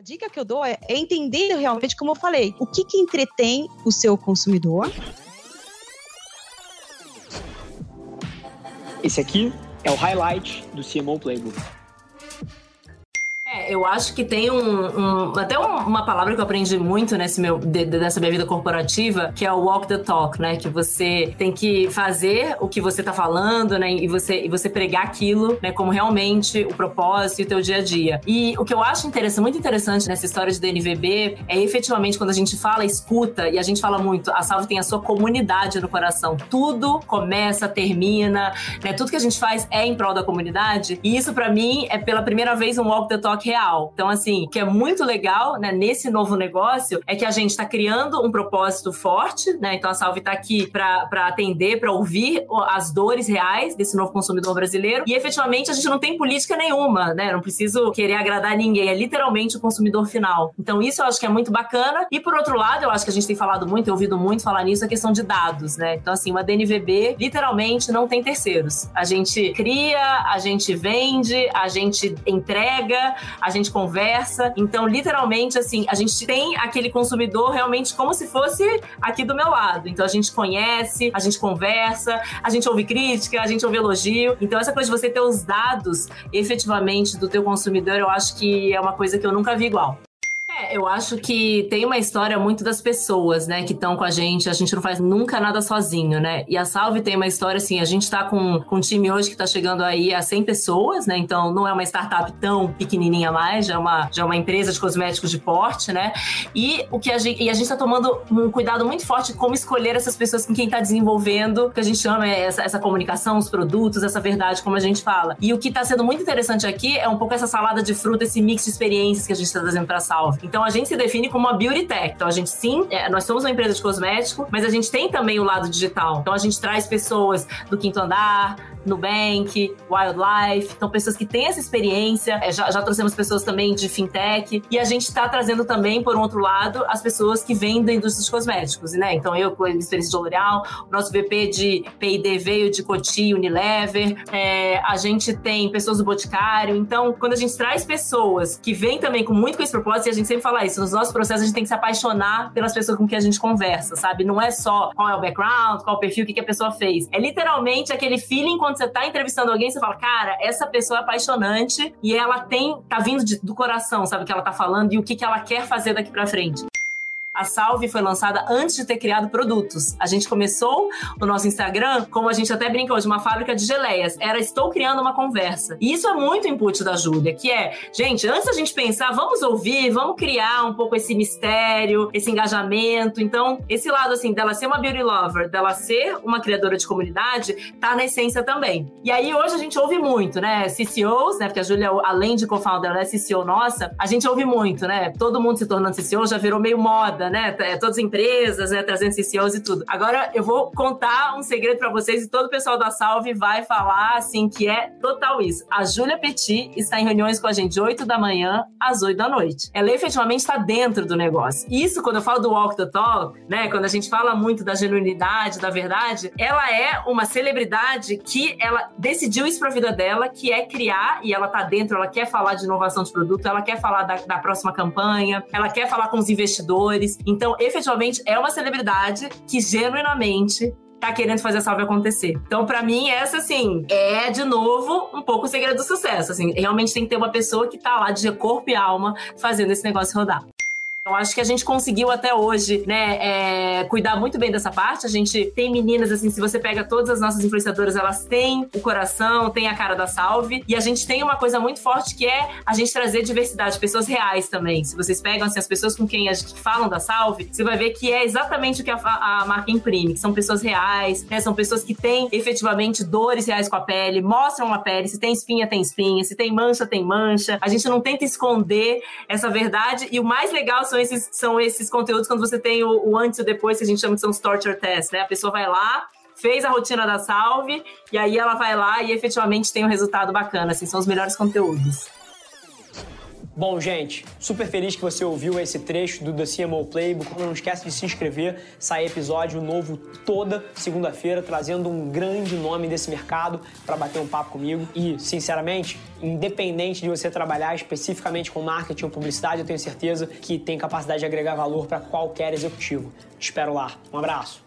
dica que eu dou é entender realmente, como eu falei, o que entretém o seu consumidor. Esse aqui é o highlight do CMO Playbook. Eu acho que tem até uma palavra que eu aprendi muito nessa minha vida corporativa, que é o walk the talk, né? Que você tem que fazer o que você tá falando, né? E você pregar aquilo, né? Como realmente o propósito e o teu dia a dia. E o que eu acho muito interessante nessa história de DNVB é efetivamente quando a gente fala, escuta, e a gente fala muito, a Salve tem a sua comunidade no coração. Tudo começa, termina, né? Tudo que a gente faz é em prol da comunidade. E isso, pra mim, é pela primeira vez um walk the talk real. Então, assim, o que é muito legal, né, nesse novo negócio é que a gente está criando um propósito forte, né? Então, a Salve está aqui para atender, para ouvir as dores reais desse novo consumidor brasileiro. E, efetivamente, a gente não tem política nenhuma, né? Não preciso querer agradar ninguém. É literalmente o consumidor final. Então, isso eu acho que é muito bacana. E, por outro lado, eu acho que a gente tem falado muito, ouvido muito falar nisso, a questão de dados, né? Então, assim, uma DNVB, literalmente, não tem terceiros. A gente cria, a gente vende, a gente entrega, a gente conversa. Então, literalmente, assim, a gente tem aquele consumidor realmente como se fosse aqui do meu lado. Então, a gente conhece, a gente conversa, a gente ouve crítica, a gente ouve elogio. Então, essa coisa de você ter os dados, efetivamente, do teu consumidor, eu acho que é uma coisa que eu nunca vi igual. Eu acho que tem uma história muito das pessoas, né, que estão com a gente não faz nunca nada sozinho, né, e a Salve tem uma história assim, a gente tá com um time hoje que tá chegando aí a 100 pessoas, né, então não é uma startup tão pequenininha mais, já é uma empresa de cosméticos de porte, né, e a gente tá tomando um cuidado muito forte de como escolher essas pessoas com quem tá desenvolvendo, que a gente chama essa comunicação, os produtos, essa verdade, como a gente fala. E o que tá sendo muito interessante aqui é um pouco essa salada de fruta, esse mix de experiências que a gente tá trazendo pra Salve. Então, a gente se define como uma beauty tech. Então, a gente, sim, nós somos uma empresa de cosmético, mas a gente tem também o lado digital. Então, a gente traz pessoas do Quinto Andar, Nubank, Wildlife. Então, pessoas que têm essa experiência. Já trouxemos pessoas também de fintech. E a gente está trazendo também, por um outro lado, as pessoas que vêm da indústria dos cosméticos, né? Então, eu com a experiência de L'Oréal, o nosso VP de P&D veio de Coty, Unilever. A gente tem pessoas do Boticário. Então, quando a gente traz pessoas que vêm também muito com esse propósito, e a gente sempre fala isso, nos nossos processos a gente tem que se apaixonar pelas pessoas com quem a gente conversa, sabe? Não é só qual é o background, qual é o perfil, o que a pessoa fez. É literalmente aquele feeling quando você tá entrevistando alguém, você fala, cara, essa pessoa é apaixonante e ela tá vindo do coração, sabe? O que ela tá falando e o que ela quer fazer daqui pra frente. A Salve foi lançada antes de ter criado produtos. A gente começou o nosso Instagram, como a gente até brincou, de uma fábrica de geleias. Estou criando uma conversa. E isso é muito input da Júlia, que gente, antes da gente pensar, vamos ouvir, vamos criar um pouco esse mistério, esse engajamento. Então, esse lado, assim, dela ser uma beauty lover, dela ser uma criadora de comunidade, tá na essência também. E aí, hoje a gente ouve muito, né? CCOs, né? Porque a Júlia, além de co-founder, ela é CCO nossa. A gente ouve muito, né? Todo mundo se tornando CCO, já virou meio moda, né? Todas as empresas, né? Trazendo CCOs e tudo. Agora, eu vou contar um segredo pra vocês e todo o pessoal da Salve vai falar, assim, que é total isso. A Júlia Petit está em reuniões com a gente de 8 da manhã às 8 da noite. Ela efetivamente está dentro do negócio. Isso, quando eu falo do walk the talk, né? Quando a gente fala muito da genuinidade, da verdade, ela é uma celebridade que ela decidiu isso pra vida dela, que é criar, e ela tá dentro, ela quer falar de inovação de produto, ela quer falar da próxima campanha, ela quer falar com os investidores. Então, efetivamente, é uma celebridade que genuinamente tá querendo fazer a Salve acontecer. Então, pra mim, essa, assim, é, de novo, um pouco o segredo do sucesso. Assim, realmente tem que ter uma pessoa que tá lá de corpo e alma fazendo esse negócio rodar. Eu acho que a gente conseguiu até hoje, né, cuidar muito bem dessa parte. A gente tem meninas, assim, se você pega todas as nossas influenciadoras, elas têm o coração, têm a cara da Salve. E a gente tem uma coisa muito forte que é a gente trazer diversidade, pessoas reais também. Se vocês pegam, assim, as pessoas com quem a gente falam da Salve, você vai ver que é exatamente o que a marca imprime, que são pessoas reais, né, são pessoas que têm efetivamente dores reais com a pele, mostram a pele, se tem espinha, se tem mancha, tem mancha. A gente não tenta esconder essa verdade. E o mais legal são esses conteúdos quando você tem o antes e o depois, que a gente chama de são os torture tests, né? A pessoa vai lá, fez a rotina da Salve, e aí ela vai lá e efetivamente tem um resultado bacana, assim, são os melhores conteúdos. Bom, gente, super feliz que você ouviu esse trecho do The CMO Playbook. Não esquece de se inscrever, sai episódio novo toda segunda-feira, trazendo um grande nome desse mercado para bater um papo comigo. E, sinceramente, independente de você trabalhar especificamente com marketing ou publicidade, eu tenho certeza que tem capacidade de agregar valor para qualquer executivo. Te espero lá. Um abraço.